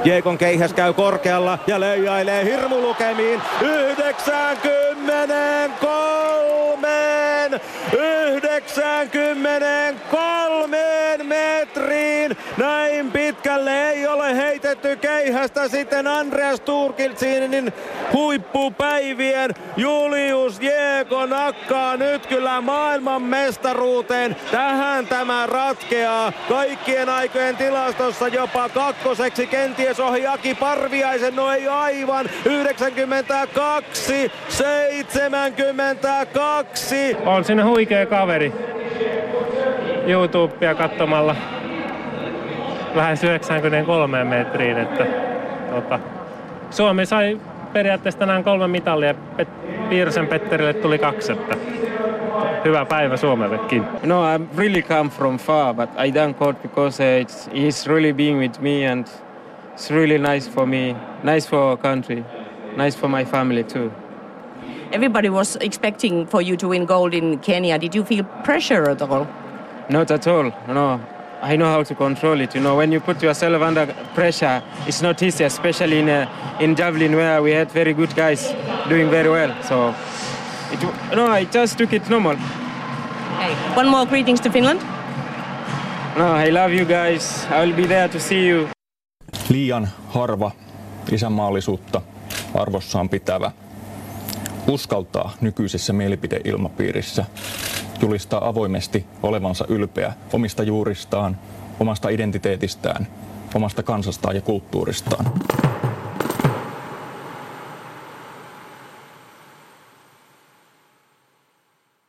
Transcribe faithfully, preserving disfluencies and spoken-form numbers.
Jekon keihäs käy korkealla ja leijailee hirmulukemiin yhdeksänkymmentäkolme yhdeksänkymmentäkolme metriin. Näin pitkälle ei ole heitetty keihästä sitten Andreas Thorkildsenin huippupäivien. Julius Jekon nakkaa nyt kyllä maailman mestaruuteen. Tähän tämä ratkeaa. Kaikkien aikojen tilastossa jopa kakkoseksi, kenties ohi Aki Parviaisen, no ei aivan. yhdeksänkymmentäkaksi seitsemänkymmentäkaksi. On siinä huikea kaveri. YouTubea katsomalla lähes yhdeksänkymmentäkolme metriin, että tota, Suomi sai periaatteessa tänään kolme mitalia, Pet- Piirsen Petterille tuli kaksi, että hyvä päivä Suomellekin. No, I really come from far, but I thank God because uh, it's, he's really being with me and it's really nice for me, nice for our country, nice for my family too. Everybody was expecting for you to win gold in Kenya. Did you feel pressure at all? Not at all, no. I know how to control it. You know, when you put yourself under pressure, it's not easy, especially in uh, in javelin where we had very good guys doing very well. So, it, no, I just took it normal. Okay. One more greetings to Finland. No, I love you guys. I will be there to see you. Liian harva isänmaallisuutta arvossaan pitävä uskaltaa nykyisessä mielipideilmapiirissä julistaa avoimesti olevansa ylpeä omista juuristaan, omasta identiteetistään, omasta kansastaan ja kulttuuristaan.